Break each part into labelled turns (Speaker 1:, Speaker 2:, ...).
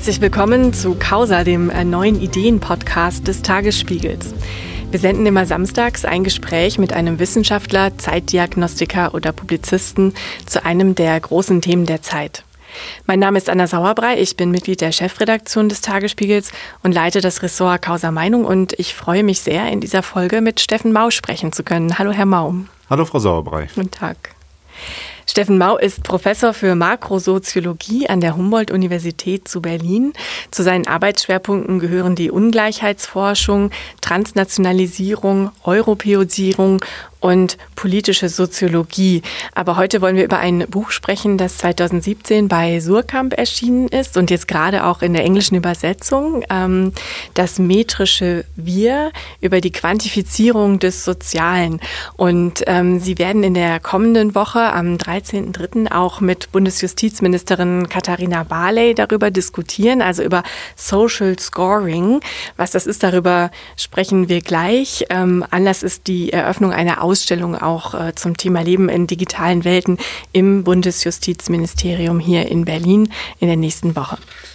Speaker 1: Herzlich willkommen zu Causa, dem neuen Ideen-Podcast des Tagesspiegels. Wir senden immer samstags ein Gespräch mit einem Wissenschaftler, Zeitdiagnostiker oder Publizisten zu einem der großen Themen der Zeit. Mein Name ist Anna Sauerbrei, ich bin Mitglied der Chefredaktion des Tagesspiegels und leite das Ressort Causa Meinung, und ich freue mich sehr, in dieser Folge mit Steffen Mau sprechen zu können. Hallo Herr Mau.
Speaker 2: Hallo Frau Sauerbrei.
Speaker 1: Guten Tag. Steffen Mau ist Professor für Makrosoziologie an der Humboldt-Universität zu Berlin. Zu seinen Arbeitsschwerpunkten gehören die Ungleichheitsforschung, Transnationalisierung, Europäisierung und politische Soziologie. Aber heute wollen wir über ein Buch sprechen, das 2017 bei Suhrkamp erschienen ist und jetzt gerade auch in der englischen Übersetzung, das metrische Wir über die Quantifizierung des Sozialen. Und Sie werden in der kommenden Woche am 13.03. auch mit Bundesjustizministerin Katharina Barley darüber diskutieren, also über Social Scoring. Was das ist, darüber sprechen wir gleich. Anlass ist die Eröffnung einer Ausstellung auch zum Thema Leben in digitalen Welten im Bundesjustizministerium hier in Berlin in der nächsten Woche.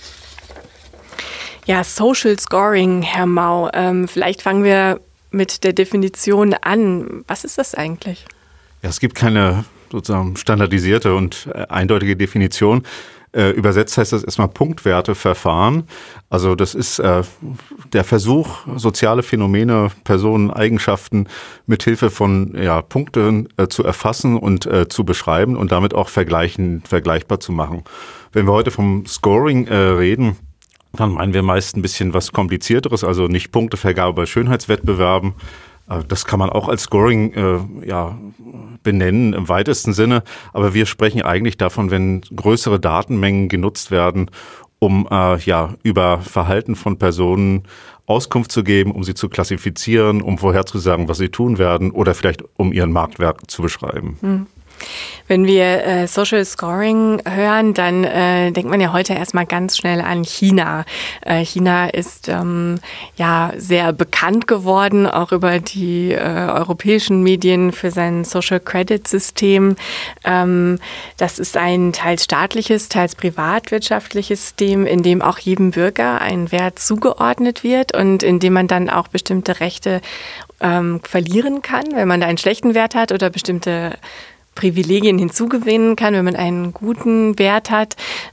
Speaker 1: Ja, Social Scoring, Herr Mau, vielleicht fangen wir mit der Definition an. Was ist das eigentlich?
Speaker 2: Ja, es gibt keine sozusagen standardisierte und eindeutige Definition. Übersetzt heißt das erstmal Punktwerteverfahren. Also das ist der Versuch, soziale Phänomene, Personen, Eigenschaften mithilfe von Punkten zu erfassen und zu beschreiben und damit auch vergleichbar zu machen. Wenn wir heute vom Scoring reden, dann meinen wir meist ein bisschen was Komplizierteres, also nicht Punktevergabe bei Schönheitswettbewerben. Das kann man auch als Scoring benennen im weitesten Sinne, aber wir sprechen eigentlich davon, wenn größere Datenmengen genutzt werden, um über Verhalten von Personen Auskunft zu geben, um sie zu klassifizieren, um vorherzusagen, was sie tun werden oder vielleicht um ihren Marktwert zu beschreiben.
Speaker 1: Wenn wir Social Scoring hören, dann denkt man ja heute erstmal ganz schnell an China. China ist sehr bekannt geworden, auch über die europäischen Medien für sein Social Credit System. Das ist ein teils staatliches, teils privatwirtschaftliches System, in dem auch jedem Bürger ein Wert zugeordnet wird und in dem man dann auch bestimmte Rechte verlieren kann, wenn man da einen schlechten Wert hat oder bestimmte Privilegien hinzugewinnen kann, wenn man einen guten Wert hat.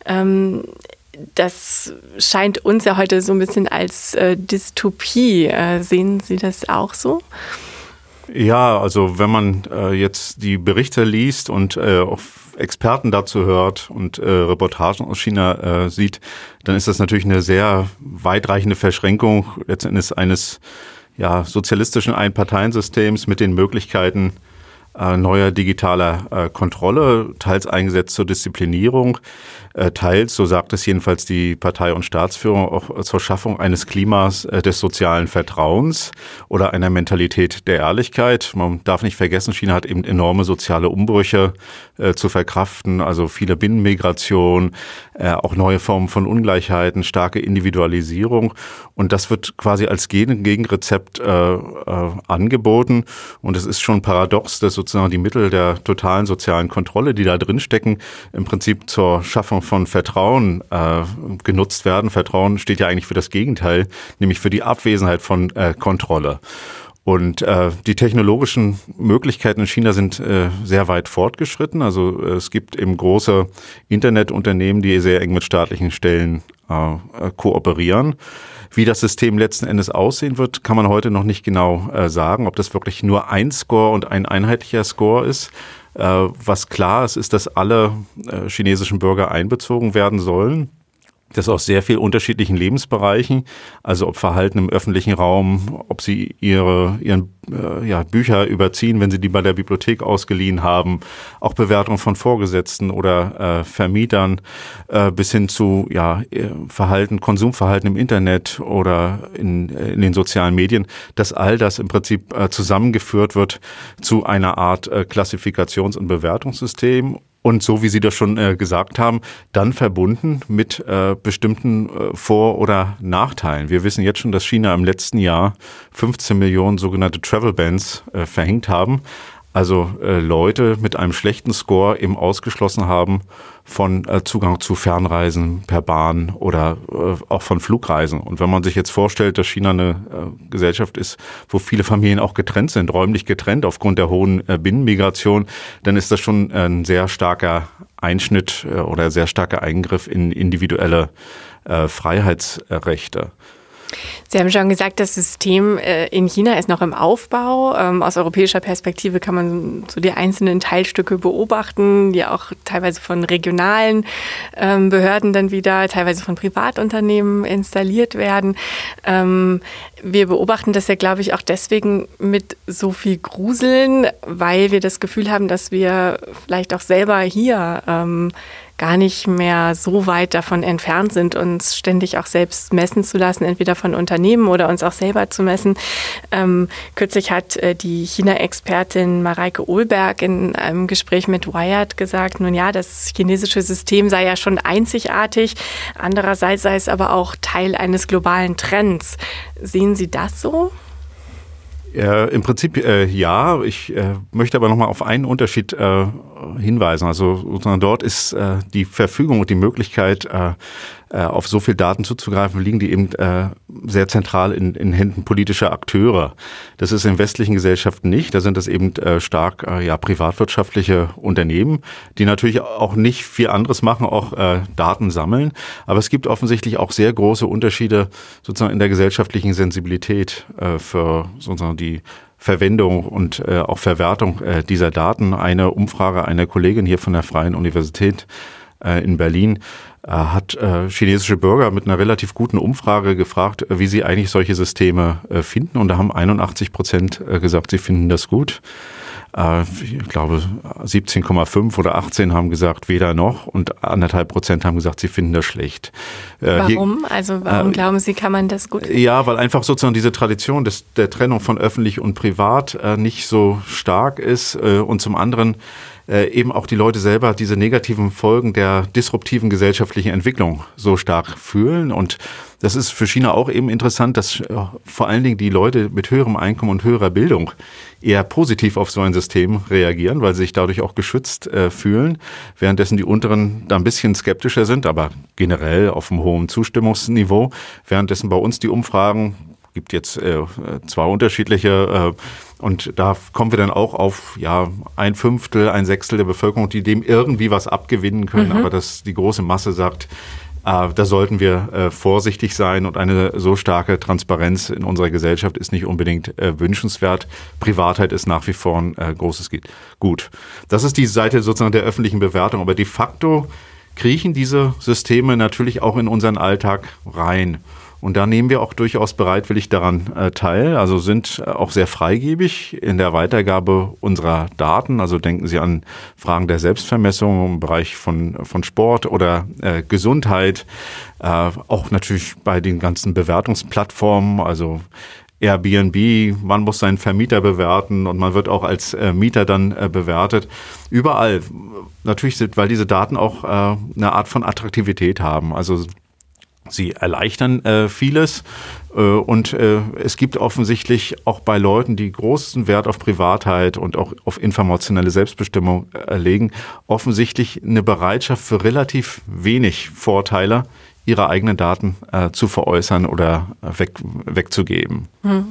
Speaker 1: Das scheint uns ja heute so ein bisschen als Dystopie. Sehen Sie das auch so?
Speaker 2: Ja, also wenn man jetzt die Berichte liest und auch Experten dazu hört und Reportagen aus China sieht, dann ist das natürlich eine sehr weitreichende Verschränkung letztendlich eines sozialistischen Einparteiensystems mit den Möglichkeiten neuer digitaler Kontrolle, teils eingesetzt zur Disziplinierung, teils, so sagt es jedenfalls die Partei- und Staatsführung, auch zur Schaffung eines Klimas des sozialen Vertrauens oder einer Mentalität der Ehrlichkeit. Man darf nicht vergessen, China hat eben enorme soziale Umbrüche zu verkraften, also viele Binnenmigration, auch neue Formen von Ungleichheiten, starke Individualisierung, und das wird quasi als Gegenrezept angeboten, und es ist schon paradox, dass sozusagen die Mittel der totalen sozialen Kontrolle, die da drin stecken, im Prinzip zur Schaffung von Vertrauen genutzt werden. Vertrauen steht ja eigentlich für das Gegenteil, nämlich für die Abwesenheit von Kontrolle. Und die technologischen Möglichkeiten in China sind sehr weit fortgeschritten. Also es gibt eben große Internetunternehmen, die sehr eng mit staatlichen Stellen kooperieren. Wie das System letzten Endes aussehen wird, kann man heute noch nicht genau sagen, ob das wirklich nur ein Score und ein einheitlicher Score ist. Was klar ist, ist, dass alle chinesischen Bürger einbezogen werden sollen. Das aus sehr vielen unterschiedlichen Lebensbereichen, also ob Verhalten im öffentlichen Raum, ob sie ihren Bücher überziehen, wenn sie die bei der Bibliothek ausgeliehen haben, auch Bewertungen von Vorgesetzten oder Vermietern, bis hin zu Verhalten, Konsumverhalten im Internet oder in den sozialen Medien, dass all das im Prinzip zusammengeführt wird zu einer Art Klassifikations- und Bewertungssystem. Und so, wie Sie das schon gesagt haben, dann verbunden mit bestimmten Vor- oder Nachteilen. Wir wissen jetzt schon, dass China im letzten Jahr 15 Millionen sogenannte Travel Bans verhängt haben. also Leute mit einem schlechten Score eben ausgeschlossen haben von Zugang zu Fernreisen per Bahn oder auch von Flugreisen. Und wenn man sich jetzt vorstellt, dass China eine Gesellschaft ist, wo viele Familien auch getrennt sind, räumlich getrennt aufgrund der hohen Binnenmigration, dann ist das schon ein sehr starker Einschnitt oder sehr starker Eingriff in individuelle Freiheitsrechte.
Speaker 1: Sie haben schon gesagt, das System in China ist noch im Aufbau. Aus europäischer Perspektive kann man so die einzelnen Teilstücke beobachten, die auch teilweise von regionalen Behörden dann wieder, teilweise von Privatunternehmen installiert werden. Wir beobachten das ja, glaube ich, auch deswegen mit so viel Gruseln, weil wir das Gefühl haben, dass wir vielleicht auch selber hier gar nicht mehr so weit davon entfernt sind, uns ständig auch selbst messen zu lassen, entweder von Unternehmen oder uns auch selber zu messen. Kürzlich hat die China-Expertin Mareike Ohlberg in einem Gespräch mit Wired gesagt, nun ja, das chinesische System sei ja schon einzigartig, andererseits sei es aber auch Teil eines globalen Trends. Sehen Sie das so?
Speaker 2: Im Prinzip ja. Ich möchte aber nochmal auf einen Unterschied hinweisen. Also sozusagen dort ist die Verfügung und die Möglichkeit, auf so viel Daten zuzugreifen, liegen die eben sehr zentral in Händen politischer Akteure. Das ist in westlichen Gesellschaften nicht. Da sind das eben stark privatwirtschaftliche Unternehmen, die natürlich auch nicht viel anderes machen, auch Daten sammeln. Aber es gibt offensichtlich auch sehr große Unterschiede sozusagen in der gesellschaftlichen Sensibilität für sozusagen die Verwendung und auch Verwertung dieser Daten. Eine Umfrage einer Kollegin hier von der Freien Universität in Berlin hat chinesische Bürger mit einer relativ guten Umfrage gefragt, wie sie eigentlich solche Systeme finden. Und da haben 81% gesagt, sie finden das gut. Ich glaube 17,5 oder 18 haben gesagt, weder noch, und 1,5% haben gesagt, sie finden das schlecht.
Speaker 1: Warum? Warum glauben Sie, kann man das gut finden?
Speaker 2: Ja, weil einfach sozusagen diese Tradition der Trennung von öffentlich und privat nicht so stark ist und zum anderen eben auch die Leute selber diese negativen Folgen der disruptiven gesellschaftlichen Entwicklung so stark fühlen. Und das ist für China auch eben interessant, dass vor allen Dingen die Leute mit höherem Einkommen und höherer Bildung eher positiv auf so ein System reagieren, weil sie sich dadurch auch geschützt fühlen, währenddessen die Unteren da ein bisschen skeptischer sind, aber generell auf einem hohen Zustimmungsniveau, währenddessen bei uns die Umfragen gibt jetzt zwei unterschiedliche und da kommen wir dann auch auf 1/5, 1/6 der Bevölkerung, die dem irgendwie was abgewinnen können, aber dass die große Masse sagt, da sollten wir vorsichtig sein und eine so starke Transparenz in unserer Gesellschaft ist nicht unbedingt wünschenswert. Privatheit ist nach wie vor ein großes Gut. Das ist die Seite sozusagen der öffentlichen Bewertung, aber de facto kriechen diese Systeme natürlich auch in unseren Alltag rein. Und da nehmen wir auch durchaus bereitwillig daran teil, also sind auch sehr freigebig in der Weitergabe unserer Daten. Also denken Sie an Fragen der Selbstvermessung im Bereich von Sport oder Gesundheit, auch natürlich bei den ganzen Bewertungsplattformen, also Airbnb, man muss seinen Vermieter bewerten und man wird auch als Mieter dann bewertet. Überall natürlich, weil diese Daten auch eine Art von Attraktivität haben, also sie erleichtern vieles und es gibt offensichtlich auch bei Leuten, die großen Wert auf Privatheit und auch auf informationelle Selbstbestimmung legen, offensichtlich eine Bereitschaft für relativ wenig Vorteile, ihre eigenen Daten zu veräußern oder wegzugeben.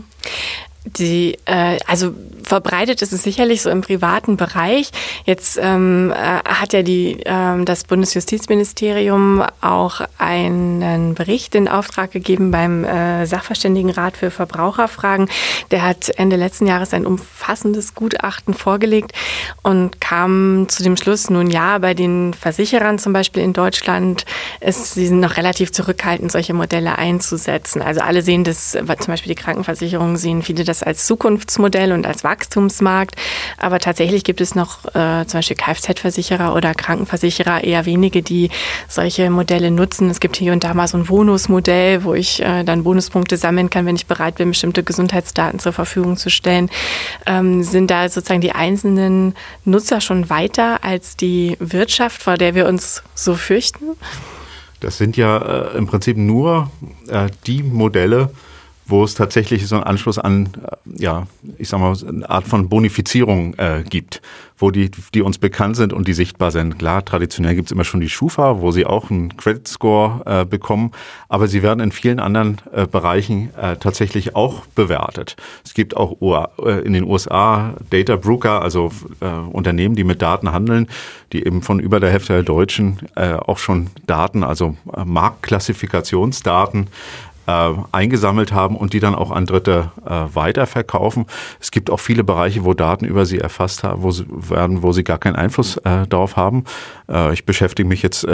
Speaker 1: Also verbreitet ist es sicherlich so im privaten Bereich. Jetzt hat ja das Bundesjustizministerium auch einen Bericht in Auftrag gegeben beim Sachverständigenrat für Verbraucherfragen. Der hat Ende letzten Jahres ein umfassendes Gutachten vorgelegt und kam zu dem Schluss, nun ja, bei den Versicherern zum Beispiel in Deutschland, sie sind noch relativ zurückhaltend, solche Modelle einzusetzen. Also alle sehen das, zum Beispiel die Krankenversicherungen sehen viele das als Zukunftsmodell und als Wachstumsmarkt. Aber tatsächlich gibt es noch zum Beispiel Kfz-Versicherer oder Krankenversicherer, eher wenige, die solche Modelle nutzen. Es gibt hier und da mal so ein Bonusmodell, wo ich dann Bonuspunkte sammeln kann, wenn ich bereit bin, bestimmte Gesundheitsdaten zur Verfügung zu stellen. Sind da sozusagen die einzelnen Nutzer schon weiter als die Wirtschaft, vor der wir uns so fürchten?
Speaker 2: Das sind ja im Prinzip nur die Modelle, wo es tatsächlich so einen Anschluss an, ich sag mal, eine Art von Bonifizierung gibt, wo die uns bekannt sind und die sichtbar sind. Klar, traditionell gibt es immer schon die Schufa, wo sie auch einen Credit Score bekommen, aber sie werden in vielen anderen Bereichen tatsächlich auch bewertet. Es gibt auch in den USA Data Broker, also Unternehmen, die mit Daten handeln, die eben von über der Hälfte der Deutschen auch schon Daten, also Marktklassifikationsdaten eingesammelt haben und die dann auch an Dritte weiterverkaufen. Es gibt auch viele Bereiche, wo Daten über sie erfasst haben, wo sie gar keinen Einfluss darauf haben. Ich beschäftige mich jetzt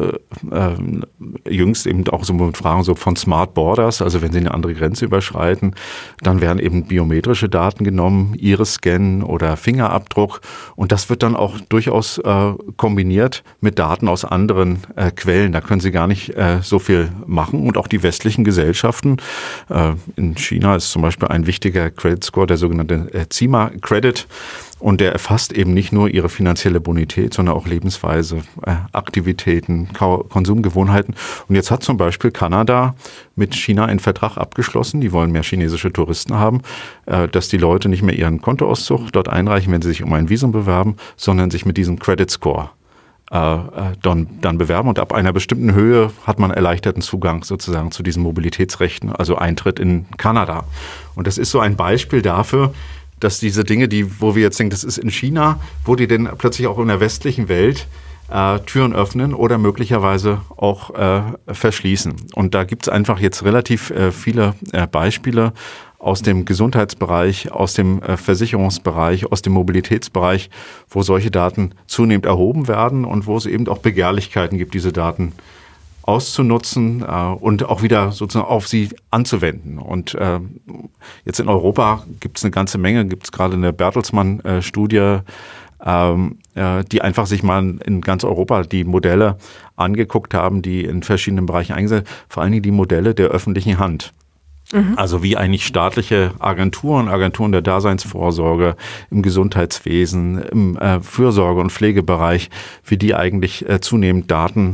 Speaker 2: jüngst eben auch so mit Fragen so von Smart Borders, also wenn sie eine andere Grenze überschreiten, dann werden eben biometrische Daten genommen, Iris-Scan oder Fingerabdruck und das wird dann auch durchaus kombiniert mit Daten aus anderen Quellen. Da können sie gar nicht so viel machen und auch die westlichen Gesellschaften. In China ist zum Beispiel ein wichtiger Credit Score, der sogenannte CIMA Credit. Und der erfasst eben nicht nur ihre finanzielle Bonität, sondern auch Lebensweise, Aktivitäten, Konsumgewohnheiten. Und jetzt hat zum Beispiel Kanada mit China einen Vertrag abgeschlossen. Die wollen mehr chinesische Touristen haben, dass die Leute nicht mehr ihren Kontoauszug dort einreichen, wenn sie sich um ein Visum bewerben, sondern sich mit diesem Credit Score dann bewerben. Und ab einer bestimmten Höhe hat man erleichterten Zugang sozusagen zu diesen Mobilitätsrechten, also Eintritt in Kanada. Und das ist so ein Beispiel dafür, dass diese Dinge, wo wir jetzt denken, das ist in China, wo die denn plötzlich auch in der westlichen Welt Türen öffnen oder möglicherweise auch verschließen. Und da gibt es einfach jetzt relativ viele Beispiele aus dem Gesundheitsbereich, aus dem Versicherungsbereich, aus dem Mobilitätsbereich, wo solche Daten zunehmend erhoben werden und wo es eben auch Begehrlichkeiten gibt, diese Daten auszunutzen und auch wieder sozusagen auf sie anzuwenden. Und jetzt in Europa gibt es eine ganze Menge, gibt es gerade eine Bertelsmann-Studie, die einfach sich mal in ganz Europa die Modelle angeguckt haben, die in verschiedenen Bereichen eingesetzt sind, vor allen Dingen die Modelle der öffentlichen Hand. Also wie eigentlich staatliche Agenturen der Daseinsvorsorge im Gesundheitswesen, im Fürsorge- und Pflegebereich, wie die eigentlich zunehmend Daten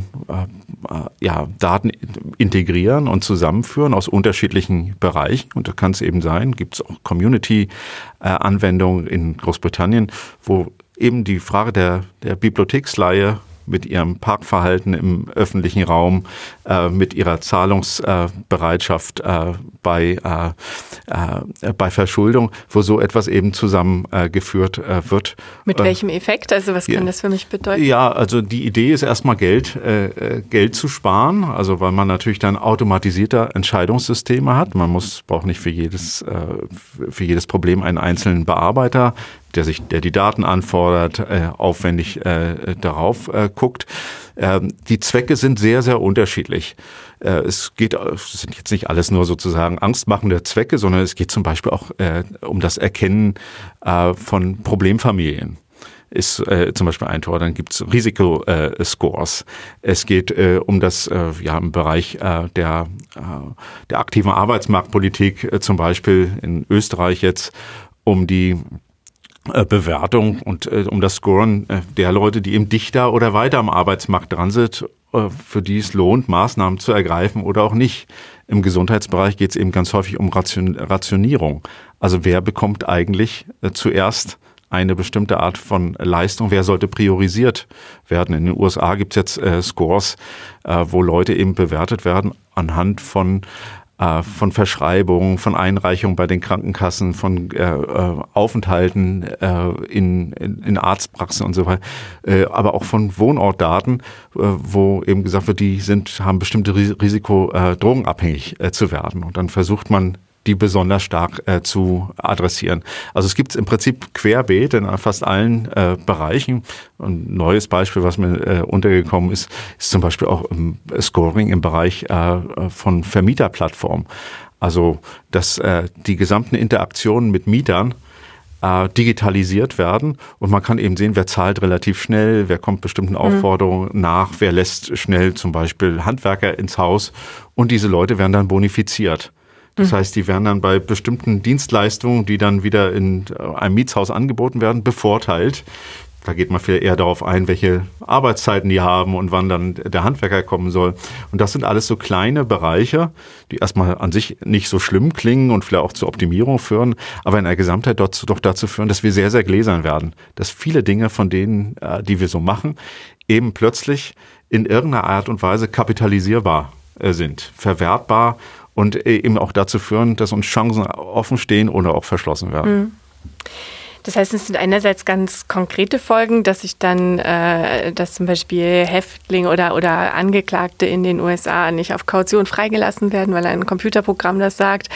Speaker 2: integrieren und zusammenführen aus unterschiedlichen Bereichen. Und da kann es eben sein, gibt es auch Community-Anwendungen in Großbritannien, wo eben die Frage der Bibliotheksleihe mit ihrem Parkverhalten im öffentlichen Raum, mit ihrer Zahlungsbereitschaft bei Verschuldung, wo so etwas eben zusammengeführt wird.
Speaker 1: Mit welchem Effekt? Also was kann das für mich bedeuten? Ja,
Speaker 2: also die Idee ist erstmal Geld zu sparen, also weil man natürlich dann automatisierte Entscheidungssysteme hat. Man braucht nicht für jedes Problem einen einzelnen Bearbeiter, der die Daten anfordert, aufwendig darauf guckt. Die Zwecke sind sehr, sehr unterschiedlich. Es sind jetzt nicht alles nur sozusagen angstmachende Zwecke, sondern es geht zum Beispiel auch um das Erkennen von Problemfamilien. Ist zum Beispiel ein Tor, dann gibt's Risikoscores. Es geht um das im Bereich der aktiven Arbeitsmarktpolitik, zum Beispiel in Österreich jetzt, um die Bewertung und um das Scoren der Leute, die eben dichter oder weiter am Arbeitsmarkt dran sind, für die es lohnt, Maßnahmen zu ergreifen oder auch nicht. Im Gesundheitsbereich geht es eben ganz häufig um Rationierung. Also wer bekommt eigentlich zuerst eine bestimmte Art von Leistung, wer sollte priorisiert werden. In den USA gibt es jetzt Scores, wo Leute eben bewertet werden anhand von Verschreibungen, von Einreichungen bei den Krankenkassen, von Aufenthalten in Arztpraxen und so weiter, aber auch von Wohnortdaten, wo eben gesagt wird, haben bestimmte Risiko, drogenabhängig zu werden. Und dann versucht man, die besonders stark zu adressieren. Also es gibt es im Prinzip querbeet in fast allen Bereichen. Ein neues Beispiel, was mir untergekommen ist zum Beispiel auch Scoring im Bereich von Vermieterplattformen. Also dass die gesamten Interaktionen mit Mietern digitalisiert werden und man kann eben sehen, wer zahlt relativ schnell, wer kommt bestimmten Aufforderungen nach, wer lässt schnell zum Beispiel Handwerker ins Haus und diese Leute werden dann bonifiziert. Das heißt, die werden dann bei bestimmten Dienstleistungen, die dann wieder in einem Mietshaus angeboten werden, bevorteilt, Da geht man viel eher darauf ein, welche Arbeitszeiten die haben und wann dann der Handwerker kommen soll. Und das sind alles so kleine Bereiche, die erstmal an sich nicht so schlimm klingen und vielleicht auch zur Optimierung führen, aber in der Gesamtheit doch dazu führen, dass wir sehr, sehr gläsern werden. Dass viele Dinge von denen, die wir so machen, eben plötzlich in irgendeiner Art und Weise kapitalisierbar sind, verwertbar und eben auch dazu führen, dass uns Chancen offen stehen oder auch verschlossen werden.
Speaker 1: Mhm. Das heißt, es sind einerseits ganz konkrete Folgen, dass sich dann, dass zum Beispiel Häftlinge oder Angeklagte in den USA nicht auf Kaution freigelassen werden, weil ein Computerprogramm das sagt.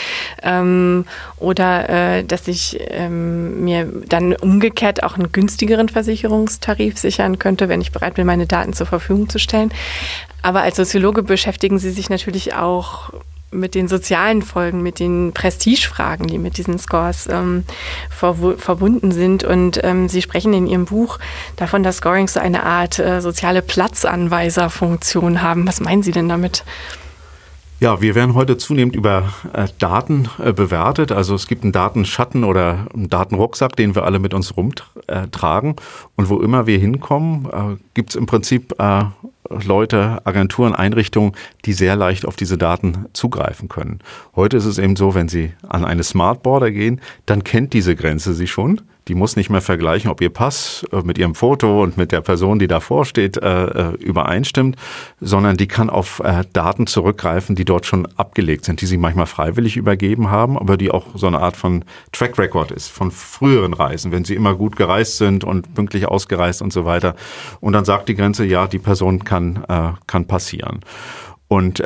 Speaker 1: Oder dass ich mir dann umgekehrt auch einen günstigeren Versicherungstarif sichern könnte, wenn ich bereit bin, meine Daten zur Verfügung zu stellen. Aber als Soziologe beschäftigen Sie sich natürlich auch mit den sozialen Folgen, mit den Prestigefragen, die mit diesen Scores verbunden sind. Und Sie sprechen in Ihrem Buch davon, dass Scorings so eine Art soziale Platzanweiserfunktion haben. Was meinen Sie denn damit?
Speaker 2: Ja, wir werden heute zunehmend über Daten bewertet. Also es gibt einen Datenschatten oder einen Datenrucksack, den wir alle mit uns rumtragen. Und wo immer wir hinkommen, gibt es im Prinzip Leute, Agenturen, Einrichtungen, die sehr leicht auf diese Daten zugreifen können. Heute ist es eben so, wenn Sie an eine Smart Border gehen, dann kennt diese Grenze Sie schon. Die muss nicht mehr vergleichen, ob Ihr Pass mit Ihrem Foto und mit der Person, die davor steht, übereinstimmt, sondern die kann auf Daten zurückgreifen, die dort schon abgelegt sind, die Sie manchmal freiwillig übergeben haben, aber die auch so eine Art von Track Record ist, von früheren Reisen, wenn Sie immer gut gereist sind und pünktlich ausgereist und so weiter. Und dann sagt die Grenze, ja, die Person kann passieren. Und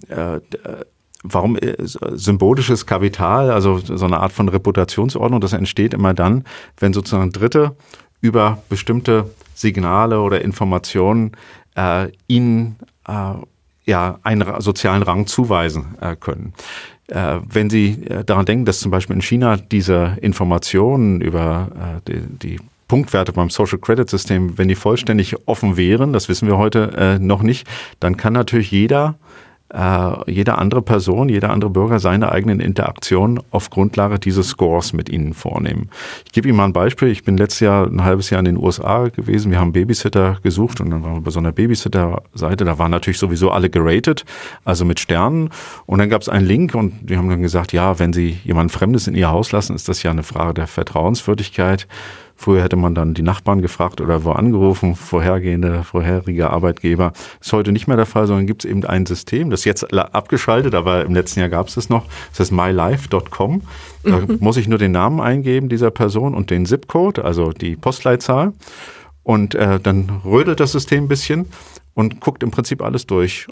Speaker 2: warum symbolisches Kapital, also so eine Art von Reputationsordnung, das entsteht immer dann, wenn sozusagen Dritte über bestimmte Signale oder Informationen ihnen einen sozialen Rang zuweisen können. Wenn Sie daran denken, dass zum Beispiel in China diese Informationen über die Punktwerte beim Social Credit System, wenn die vollständig offen wären, das wissen wir heute noch nicht, dann kann natürlich jede andere Person, jeder andere Bürger seine eigenen Interaktionen auf Grundlage dieses Scores mit Ihnen vornehmen. Ich gebe Ihnen mal ein Beispiel. Ich bin letztes Jahr ein halbes Jahr in den USA gewesen. Wir haben Babysitter gesucht und dann waren wir bei so einer Babysitter-Seite. Da waren natürlich sowieso alle geratet, also mit Sternen. Und dann gab es einen Link und die haben dann gesagt, ja, wenn Sie jemanden Fremdes in Ihr Haus lassen, ist das ja eine Frage der Vertrauenswürdigkeit. Früher hätte man dann die Nachbarn gefragt oder wo angerufen, vorherige Arbeitgeber. Ist heute nicht mehr der Fall, sondern gibt es eben ein System, das ist jetzt abgeschaltet, aber im letzten Jahr gab es das noch. Das heißt mylife.com. Da muss ich nur den Namen eingeben dieser Person und den Zip-Code, also die Postleitzahl. Und dann rödelt das System ein bisschen und guckt im Prinzip alles durch.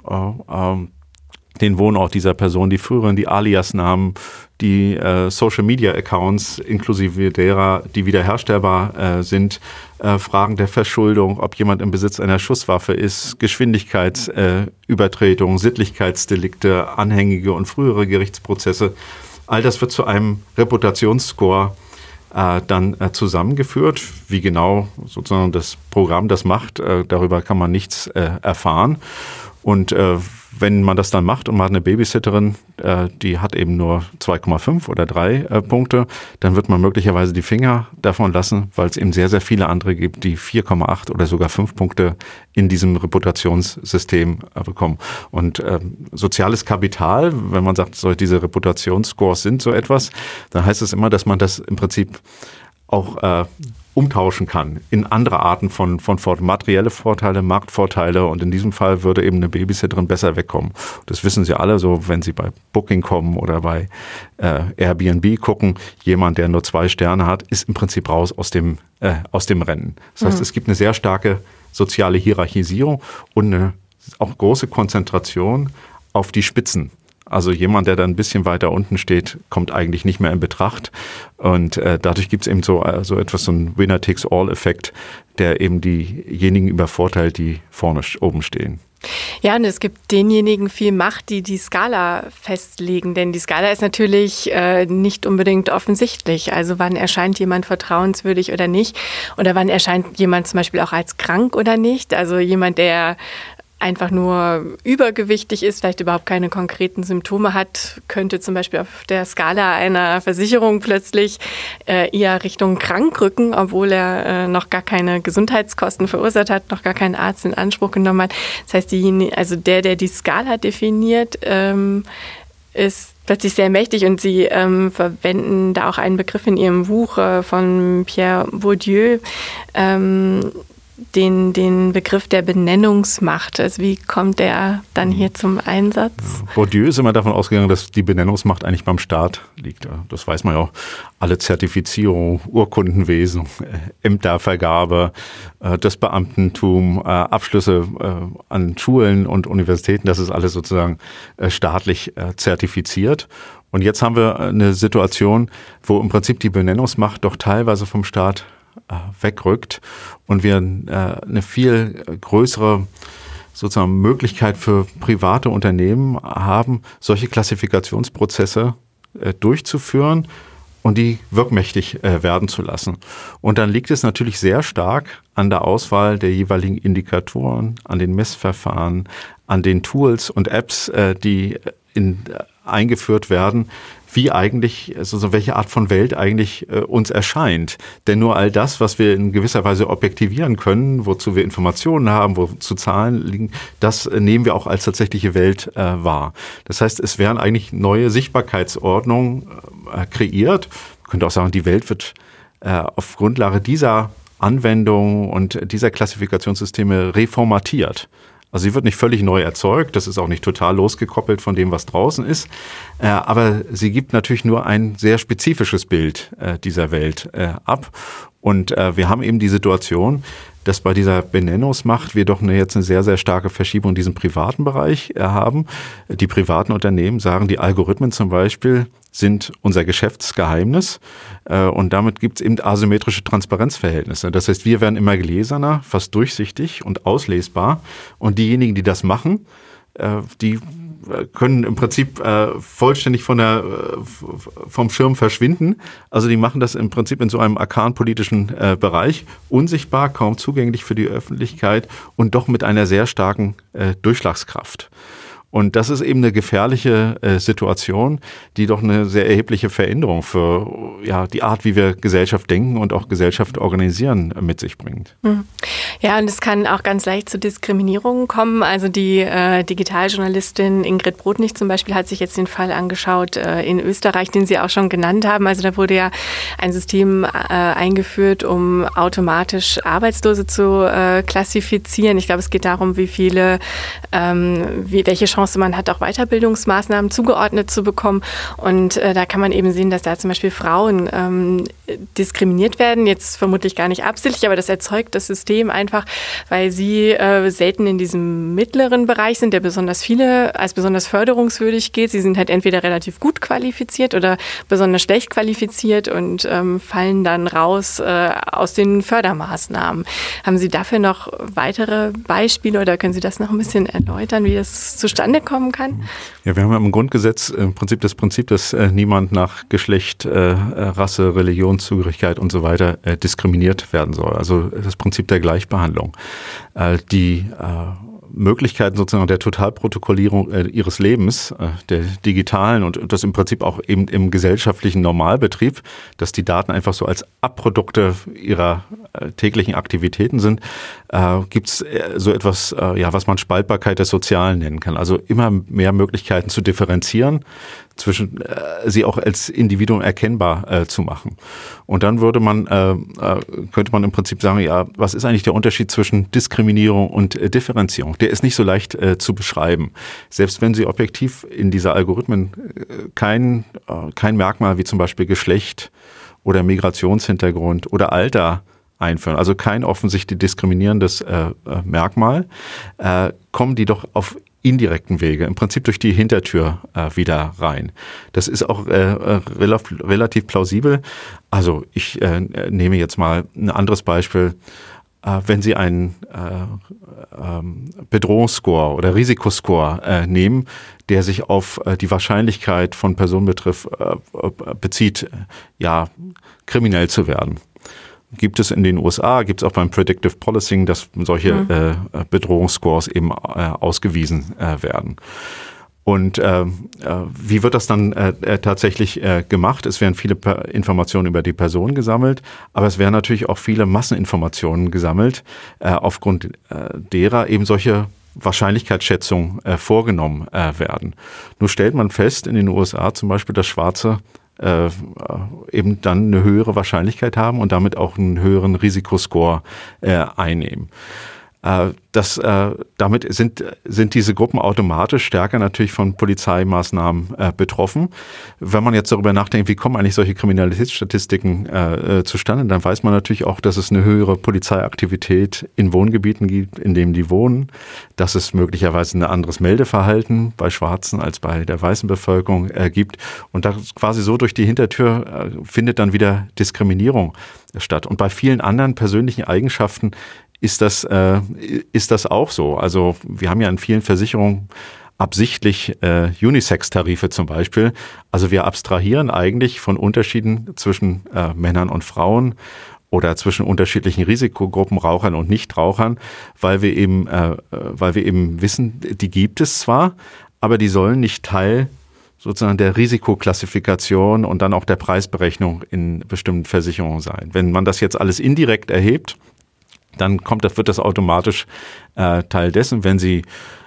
Speaker 2: Den Wohnort dieser Person, die früheren, die Alias-Namen, die Social-Media-Accounts inklusive derer, die wiederherstellbar sind, Fragen der Verschuldung, ob jemand im Besitz einer Schusswaffe ist, Geschwindigkeitsübertretung, Sittlichkeitsdelikte, anhängige und frühere Gerichtsprozesse. All das wird zu einem Reputationsscore dann zusammengeführt. Wie genau sozusagen das Programm das macht, darüber kann man nichts erfahren. Und wenn man das dann macht und man hat eine Babysitterin, die hat eben nur 2,5 oder 3 Punkte, dann wird man möglicherweise die Finger davon lassen, weil es eben sehr, sehr viele andere gibt, die 4,8 oder sogar 5 Punkte in diesem Reputationssystem bekommen. Und soziales Kapital, wenn man sagt, diese Reputationsscores sind so etwas, dann heißt es immer, dass man das im Prinzip auch umtauschen kann in andere Arten von materielle Vorteile, Marktvorteile, und in diesem Fall würde eben eine Babysitterin besser wegkommen. Das wissen Sie alle, so wenn Sie bei Booking kommen oder bei Airbnb gucken, jemand, der nur 2 Sterne hat, ist im Prinzip raus aus dem Rennen. Das heißt, es gibt eine sehr starke soziale Hierarchisierung und eine auch große Konzentration auf die Spitzen. Also jemand, der da ein bisschen weiter unten steht, kommt eigentlich nicht mehr in Betracht. Und dadurch gibt es eben so etwas, so einen Winner-Takes-All-Effekt, der eben diejenigen übervorteilt, die vorne oben stehen.
Speaker 1: Ja, und es gibt denjenigen viel Macht, die die Skala festlegen. Denn die Skala ist natürlich nicht unbedingt offensichtlich. Also wann erscheint jemand vertrauenswürdig oder nicht? Oder wann erscheint jemand zum Beispiel auch als krank oder nicht? Also jemand, der einfach nur übergewichtig ist, vielleicht überhaupt keine konkreten Symptome hat, könnte zum Beispiel auf der Skala einer Versicherung plötzlich eher Richtung krank rücken, obwohl er noch gar keine Gesundheitskosten verursacht hat, noch gar keinen Arzt in Anspruch genommen hat. Das heißt, der die Skala definiert, ist plötzlich sehr mächtig, und Sie verwenden da auch einen Begriff in Ihrem Buch von Pierre Bourdieu, den Begriff der Benennungsmacht. Also wie kommt der dann hier zum Einsatz?
Speaker 2: Bourdieu ist immer davon ausgegangen, dass die Benennungsmacht eigentlich beim Staat liegt. Das weiß man ja auch. Alle Zertifizierung, Urkundenwesen, Ämtervergabe, das Beamtentum, Abschlüsse an Schulen und Universitäten, das ist alles sozusagen staatlich zertifiziert. Und jetzt haben wir eine Situation, wo im Prinzip die Benennungsmacht doch teilweise vom Staat wegrückt und wir eine viel größere sozusagen Möglichkeit für private Unternehmen haben, solche Klassifikationsprozesse durchzuführen und die wirkmächtig werden zu lassen. Und dann liegt es natürlich sehr stark an der Auswahl der jeweiligen Indikatoren, an den Messverfahren, an den Tools und Apps, die eingeführt werden, wie eigentlich, also welche Art von Welt eigentlich uns erscheint. Denn nur all das, was wir in gewisser Weise objektivieren können, wozu wir Informationen haben, wozu Zahlen liegen, das nehmen wir auch als tatsächliche Welt wahr. Das heißt, es werden eigentlich neue Sichtbarkeitsordnungen kreiert. Man könnte auch sagen, die Welt wird auf Grundlage dieser Anwendungen und dieser Klassifikationssysteme reformatiert. Also sie wird nicht völlig neu erzeugt, das ist auch nicht total losgekoppelt von dem, was draußen ist, aber sie gibt natürlich nur ein sehr spezifisches Bild dieser Welt ab. Und wir haben eben die Situation, dass bei dieser Benennungsmacht wir doch jetzt eine sehr, sehr starke Verschiebung in diesem privaten Bereich haben. Die privaten Unternehmen sagen, die Algorithmen zum Beispiel sind unser Geschäftsgeheimnis, und damit gibt es eben asymmetrische Transparenzverhältnisse. Das heißt, wir werden immer gläserner, fast durchsichtig und auslesbar, und diejenigen, die das machen, die können im Prinzip vollständig vom Schirm verschwinden. Also die machen das im Prinzip in so einem arkan-politischen Bereich, unsichtbar, kaum zugänglich für die Öffentlichkeit und doch mit einer sehr starken Durchschlagskraft. Und das ist eben eine gefährliche Situation, die doch eine sehr erhebliche Veränderung für die Art, wie wir Gesellschaft denken und auch Gesellschaft organisieren, mit sich bringt.
Speaker 1: Ja, und es kann auch ganz leicht zu Diskriminierungen kommen. Also die Digitaljournalistin Ingrid Brodnich zum Beispiel hat sich jetzt den Fall angeschaut in Österreich, den Sie auch schon genannt haben. Also da wurde ja ein System eingeführt, um automatisch Arbeitslose zu klassifizieren. Ich glaube, es geht darum, welche Chance man hat, auch Weiterbildungsmaßnahmen zugeordnet zu bekommen. Und da kann man eben sehen, dass da zum Beispiel Frauen diskriminiert werden. Jetzt vermutlich gar nicht absichtlich, aber das erzeugt das System einfach, weil sie selten in diesem mittleren Bereich sind, der als besonders förderungswürdig gilt. Sie sind halt entweder relativ gut qualifiziert oder besonders schlecht qualifiziert und fallen dann raus aus den Fördermaßnahmen. Haben Sie dafür noch weitere Beispiele oder können Sie das noch ein bisschen erläutern, wie das zustande kommen kann?
Speaker 2: Ja, wir haben ja im Grundgesetz im Prinzip das Prinzip, dass niemand nach Geschlecht, Rasse, Religionszugehörigkeit und so weiter diskriminiert werden soll. Also das Prinzip der Gleichbehandlung. Die Möglichkeiten sozusagen der Totalprotokollierung ihres Lebens, der digitalen und das im Prinzip auch eben im gesellschaftlichen Normalbetrieb, dass die Daten einfach so als Abprodukte ihrer täglichen Aktivitäten sind, gibt es so etwas, was man Spaltbarkeit des Sozialen nennen kann. Also immer mehr Möglichkeiten zu differenzieren, sie auch als Individuum erkennbar zu machen. Und dann könnte man im Prinzip sagen, ja, was ist eigentlich der Unterschied zwischen Diskriminierung und Differenzierung? Der ist nicht so leicht zu beschreiben. Selbst wenn Sie objektiv in diese Algorithmen kein Merkmal wie zum Beispiel Geschlecht oder Migrationshintergrund oder Alter einführen, also kein offensichtlich diskriminierendes Merkmal, kommen die doch auf indirekten Wege, im Prinzip durch die Hintertür wieder rein. Das ist auch relativ plausibel. Also ich nehme jetzt mal ein anderes Beispiel. Wenn Sie einen Bedrohungsscore oder Risikoscore nehmen, der sich auf die Wahrscheinlichkeit von Personen bezieht, kriminell zu werden. gibt es in den USA, gibt es auch beim Predictive Policing, dass solche Bedrohungsscores eben ausgewiesen werden. Und wie wird das dann tatsächlich gemacht? Es werden viele Informationen über die Person gesammelt, aber es werden natürlich auch viele Masseninformationen gesammelt, aufgrund derer eben solche Wahrscheinlichkeitsschätzungen vorgenommen werden. Nur stellt man fest in den USA zum Beispiel, dass Schwarze eben dann eine höhere Wahrscheinlichkeit haben und damit auch einen höheren Risikoscore einnehmen. Damit sind diese Gruppen automatisch stärker natürlich von Polizeimaßnahmen betroffen. Wenn man jetzt darüber nachdenkt, wie kommen eigentlich solche Kriminalitätsstatistiken zustande, dann weiß man natürlich auch, dass es eine höhere Polizeiaktivität in Wohngebieten gibt, in denen die wohnen, dass es möglicherweise ein anderes Meldeverhalten bei Schwarzen als bei der weißen Bevölkerung gibt. Und da quasi so durch die Hintertür findet dann wieder Diskriminierung statt. Und bei vielen anderen persönlichen Eigenschaften ist das auch so. Also wir haben ja in vielen Versicherungen absichtlich Unisex-Tarife zum Beispiel. Also wir abstrahieren eigentlich von Unterschieden zwischen Männern und Frauen oder zwischen unterschiedlichen Risikogruppen, Rauchern und Nichtrauchern, weil wir eben wissen, die gibt es zwar, aber die sollen nicht Teil sozusagen der Risikoklassifikation und dann auch der Preisberechnung in bestimmten Versicherungen sein. Wenn man das jetzt alles indirekt erhebt, dann wird das automatisch Teil dessen, wenn Sie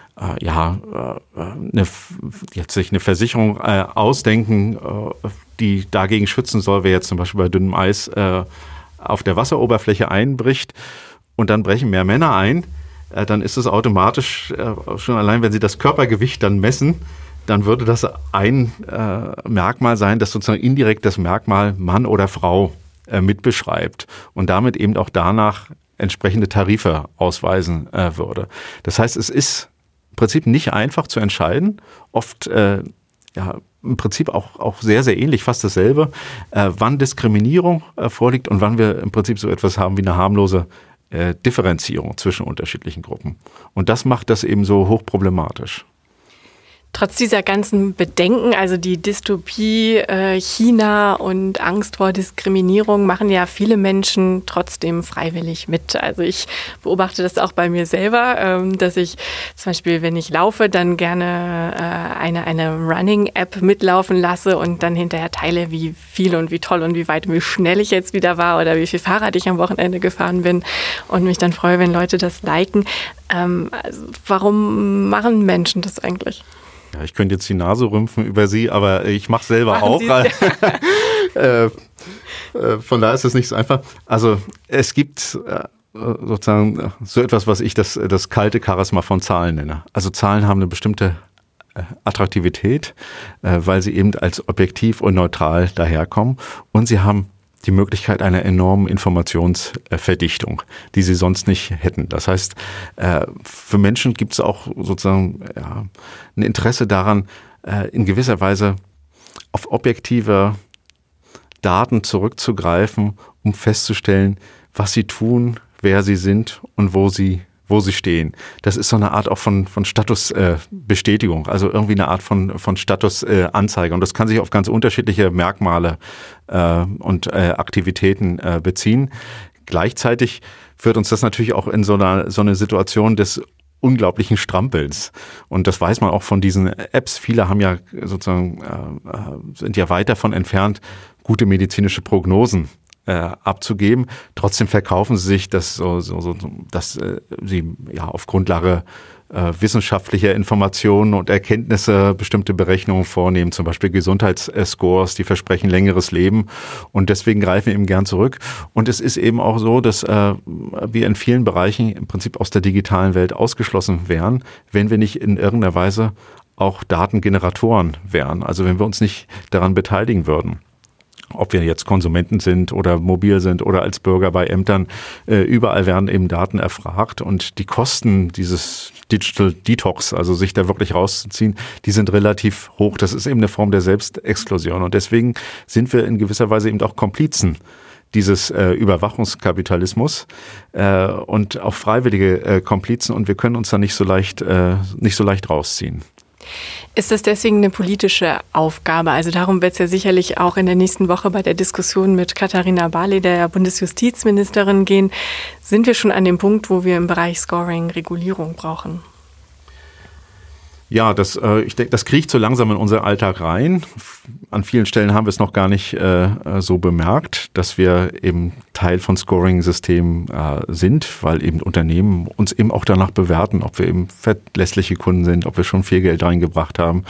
Speaker 2: sich eine Versicherung ausdenken, die dagegen schützen soll, wer jetzt zum Beispiel bei dünnem Eis auf der Wasseroberfläche einbricht und dann brechen mehr Männer ein, dann ist es automatisch, schon allein wenn Sie das Körpergewicht dann messen, dann würde das ein Merkmal sein, das sozusagen indirekt das Merkmal Mann oder Frau mitbeschreibt und damit eben auch danach entsprechende Tarife ausweisen würde. Das heißt, es ist im Prinzip nicht einfach zu entscheiden, oft im Prinzip auch sehr, sehr ähnlich, fast dasselbe, wann Diskriminierung vorliegt und wann wir im Prinzip so etwas haben wie eine harmlose Differenzierung zwischen unterschiedlichen Gruppen. Und das macht das eben so hochproblematisch.
Speaker 1: Trotz dieser ganzen Bedenken, also die Dystopie China und Angst vor Diskriminierung, machen ja viele Menschen trotzdem freiwillig mit. Also ich beobachte das auch bei mir selber, dass ich zum Beispiel, wenn ich laufe, dann gerne eine Running-App mitlaufen lasse und dann hinterher teile, wie viel und wie toll und wie weit und wie schnell ich jetzt wieder war oder wie viel Fahrrad ich am Wochenende gefahren bin und mich dann freue, wenn Leute das liken. Also warum machen Menschen das eigentlich?
Speaker 2: Ja, ich könnte jetzt die Nase rümpfen über Sie, aber ich mache es selber auch. Von daher ist es nicht so einfach. Also es gibt sozusagen so etwas, was ich das kalte Charisma von Zahlen nenne. Also Zahlen haben eine bestimmte Attraktivität, weil sie eben als objektiv und neutral daherkommen und sie haben die Möglichkeit einer enormen Informationsverdichtung, die sie sonst nicht hätten. Das heißt, für Menschen gibt es auch sozusagen ein Interesse daran, in gewisser Weise auf objektive Daten zurückzugreifen, um festzustellen, was sie tun, wer sie sind und wo sie stehen. Das ist so eine Art auch von Statusbestätigung, also irgendwie eine Art von Statusanzeige. Und das kann sich auf ganz unterschiedliche Merkmale und Aktivitäten beziehen. Gleichzeitig führt uns das natürlich auch in so eine Situation des unglaublichen Strampelns. Und das weiß man auch von diesen Apps. Viele haben ja sozusagen, sind ja weit davon entfernt, gute medizinische Prognosen abzugeben. Trotzdem verkaufen sie sich, dass sie auf Grundlage wissenschaftlicher Informationen und Erkenntnisse bestimmte Berechnungen vornehmen, zum Beispiel Gesundheitsscores, die versprechen längeres Leben und deswegen greifen wir eben gern zurück. Und es ist eben auch so, dass wir in vielen Bereichen im Prinzip aus der digitalen Welt ausgeschlossen wären, wenn wir nicht in irgendeiner Weise auch Datengeneratoren wären, also wenn wir uns nicht daran beteiligen würden. Ob wir jetzt Konsumenten sind oder mobil sind oder als Bürger bei Ämtern, überall werden eben Daten erfragt und die Kosten dieses Digital Detox, also sich da wirklich rauszuziehen, die sind relativ hoch. Das ist eben eine Form der Selbstexklusion und deswegen sind wir in gewisser Weise eben auch Komplizen dieses Überwachungskapitalismus und auch freiwillige Komplizen und wir können uns da nicht so leicht rausziehen.
Speaker 1: Ist das deswegen eine politische Aufgabe? Also darum wird es ja sicherlich auch in der nächsten Woche bei der Diskussion mit Katharina Barley, der Bundesjustizministerin, gehen. Sind wir schon an dem Punkt, wo wir im Bereich Scoring Regulierung brauchen?
Speaker 2: Ja, ich denke, das kriecht so langsam in unseren Alltag rein. An vielen Stellen haben wir es noch gar nicht so bemerkt, dass wir eben Teil von Scoring-Systemen sind, weil eben Unternehmen uns eben auch danach bewerten, ob wir eben verlässliche Kunden sind, ob wir schon viel Geld reingebracht haben.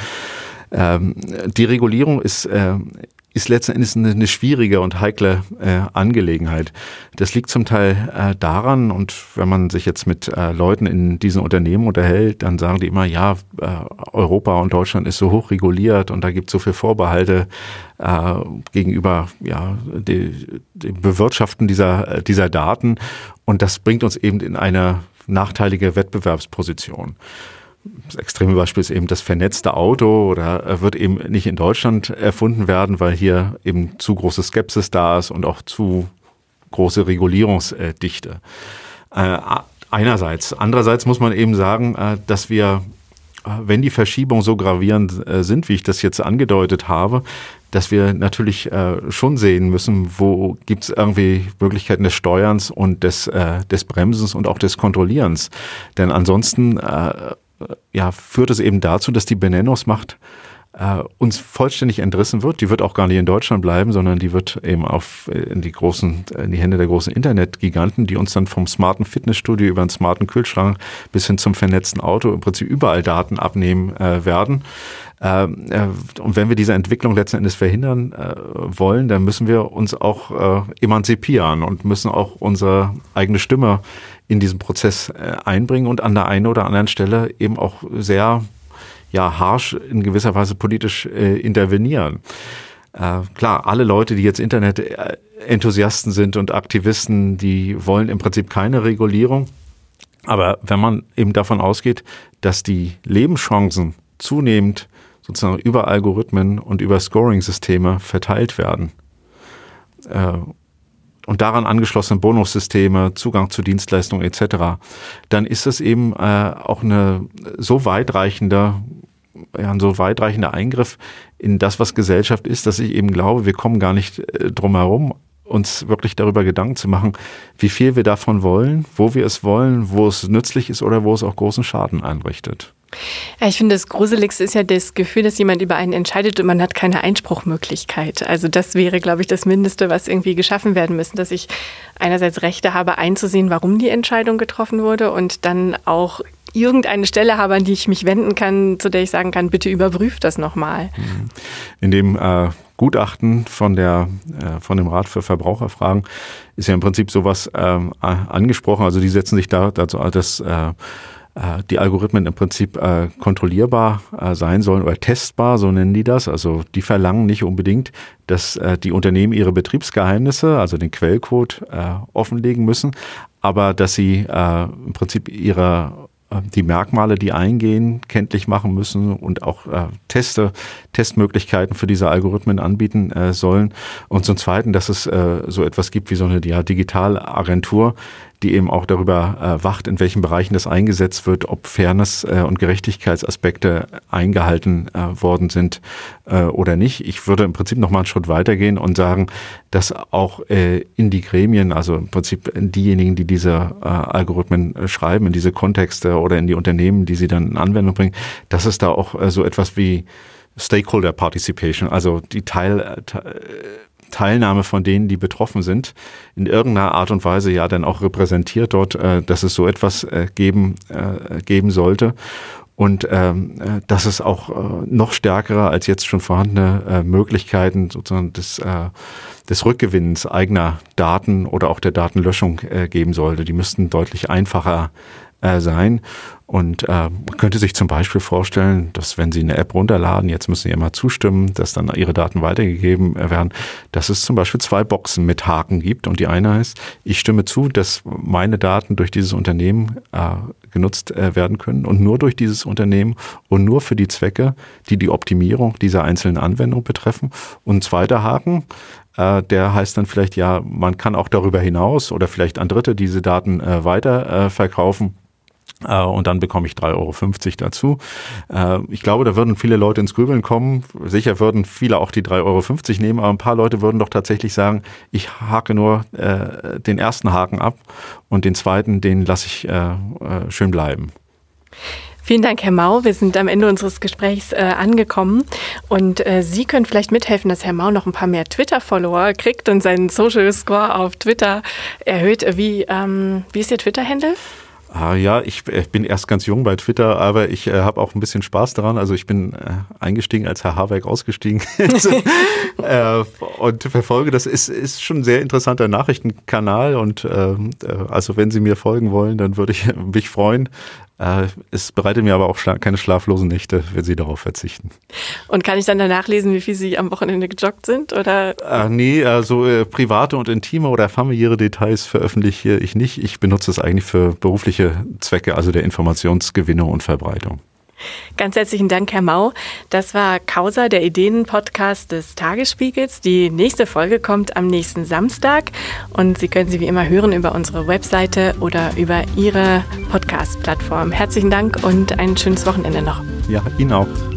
Speaker 2: Die Regulierung ist letzten Endes eine schwierige und heikle Angelegenheit. Das liegt zum Teil daran, und wenn man sich jetzt mit Leuten in diesen Unternehmen unterhält, dann sagen die immer, ja, Europa und Deutschland ist so hoch reguliert und da gibt es so viele Vorbehalte gegenüber dem Bewirtschaften dieser Daten, und das bringt uns eben in eine nachteilige Wettbewerbsposition. Das extreme Beispiel ist eben das vernetzte Auto, oder wird eben nicht in Deutschland erfunden werden, weil hier eben zu große Skepsis da ist und auch zu große Regulierungsdichte. Einerseits. Andererseits muss man eben sagen, dass wir, wenn die Verschiebungen so gravierend sind, wie ich das jetzt angedeutet habe, dass wir natürlich schon sehen müssen, wo gibt es irgendwie Möglichkeiten des Steuerns und des Bremsens und auch des Kontrollierens. Denn ansonsten führt es eben dazu, dass die Benennungsmacht uns vollständig entrissen wird. Die wird auch gar nicht in Deutschland bleiben, sondern die wird eben in die Hände der großen Internetgiganten, die uns dann vom smarten Fitnessstudio über einen smarten Kühlschrank bis hin zum vernetzten Auto im Prinzip überall Daten abnehmen werden. Und wenn wir diese Entwicklung letzten Endes verhindern wollen, dann müssen wir uns auch emanzipieren und müssen auch unsere eigene Stimme in diesen Prozess einbringen und an der einen oder anderen Stelle eben auch sehr harsch in gewisser Weise politisch intervenieren. Klar, alle Leute, die jetzt Internet-Enthusiasten sind und Aktivisten, die wollen im Prinzip keine Regulierung. Aber wenn man eben davon ausgeht, dass die Lebenschancen zunehmend sozusagen über Algorithmen und über Scoring-Systeme verteilt werden, und daran angeschlossene Bonussysteme, Zugang zu Dienstleistungen etc., dann ist es eben auch ein so weitreichender Eingriff in das, was Gesellschaft ist, dass ich eben glaube, wir kommen gar nicht drum herum, uns wirklich darüber Gedanken zu machen, wie viel wir davon wollen, wo wir es wollen, wo es nützlich ist oder wo es auch großen Schaden anrichtet.
Speaker 1: Ja, ich finde, das Gruseligste ist ja das Gefühl, dass jemand über einen entscheidet und man hat keine Einspruchmöglichkeit. Also das wäre, glaube ich, das Mindeste, was irgendwie geschaffen werden müsste, dass ich einerseits Rechte habe, einzusehen, warum die Entscheidung getroffen wurde, und dann auch irgendeine Stelle habe, an die ich mich wenden kann, zu der ich sagen kann, bitte überprüft das nochmal.
Speaker 2: In dem Gutachten von dem Rat für Verbraucherfragen ist ja im Prinzip sowas angesprochen. Also die setzen sich dazu, dass die Algorithmen im Prinzip kontrollierbar sein sollen oder testbar, so nennen die das. Also die verlangen nicht unbedingt, dass die Unternehmen ihre Betriebsgeheimnisse, also den Quellcode, offenlegen müssen, aber dass sie im Prinzip die Merkmale, die eingehen, kenntlich machen müssen und auch Testmöglichkeiten für diese Algorithmen anbieten sollen. Und zum Zweiten, dass es so etwas gibt wie so eine Digitalagentur, die eben auch darüber wacht, in welchen Bereichen das eingesetzt wird, ob Fairness und Gerechtigkeitsaspekte eingehalten worden sind oder nicht. Ich würde im Prinzip noch mal einen Schritt weitergehen und sagen, dass auch in die Gremien, also im Prinzip in diejenigen, die diese Algorithmen schreiben, in diese Kontexte oder in die Unternehmen, die sie dann in Anwendung bringen, dass es da auch so etwas wie Stakeholder Participation, also die Teilnahme von denen, die betroffen sind, in irgendeiner Art und Weise ja dann auch repräsentiert dort, dass es so etwas geben sollte. Und dass es auch noch stärkere als jetzt schon vorhandene Möglichkeiten sozusagen des Rückgewinnens eigener Daten oder auch der Datenlöschung geben sollte. Die müssten deutlich einfacher sein. Und man könnte sich zum Beispiel vorstellen, dass wenn Sie eine App runterladen, jetzt müssen Sie immer zustimmen, dass dann Ihre Daten weitergegeben werden, dass es zum Beispiel 2 Boxen mit Haken gibt. Und die eine heißt, ich stimme zu, dass meine Daten durch dieses Unternehmen genutzt werden können und nur durch dieses Unternehmen und nur für die Zwecke, die die Optimierung dieser einzelnen Anwendung betreffen. Und ein zweiter Haken, der heißt dann vielleicht, man kann auch darüber hinaus oder vielleicht an Dritte diese Daten weiter verkaufen. Und dann bekomme ich 3,50 € dazu. Ich glaube, da würden viele Leute ins Grübeln kommen. Sicher würden viele auch die 3,50 € nehmen, aber ein paar Leute würden doch tatsächlich sagen, ich hake nur den ersten Haken ab und den zweiten, den lasse ich schön bleiben.
Speaker 1: Vielen Dank, Herr Mau. Wir sind am Ende unseres Gesprächs angekommen und Sie können vielleicht mithelfen, dass Herr Mau noch ein paar mehr Twitter-Follower kriegt und seinen Social Score auf Twitter erhöht. Wie ist Ihr Twitter-Handle?
Speaker 2: Ja, ich bin erst ganz jung bei Twitter, aber ich habe auch ein bisschen Spaß daran. Also ich bin eingestiegen, als Herr Habeck ausgestiegen und verfolge das. Ist schon ein sehr interessanter Nachrichtenkanal und also wenn Sie mir folgen wollen, dann würde ich mich freuen. Es bereitet mir aber auch keine schlaflosen Nächte, wenn Sie darauf verzichten.
Speaker 1: Und kann ich dann danach lesen, wie viel Sie am Wochenende gejoggt sind? Oder?
Speaker 2: Nee, so private und intime oder familiäre Details veröffentliche ich nicht. Ich benutze es eigentlich für berufliche Zwecke, also der Informationsgewinnung und Verbreitung.
Speaker 1: Ganz herzlichen Dank, Herr Mau. Das war Causa, der Ideen-Podcast des Tagesspiegels. Die nächste Folge kommt am nächsten Samstag und Sie können sie wie immer hören über unsere Webseite oder über Ihre Podcast-Plattform. Herzlichen Dank und ein schönes Wochenende noch.
Speaker 2: Ja, Ihnen auch.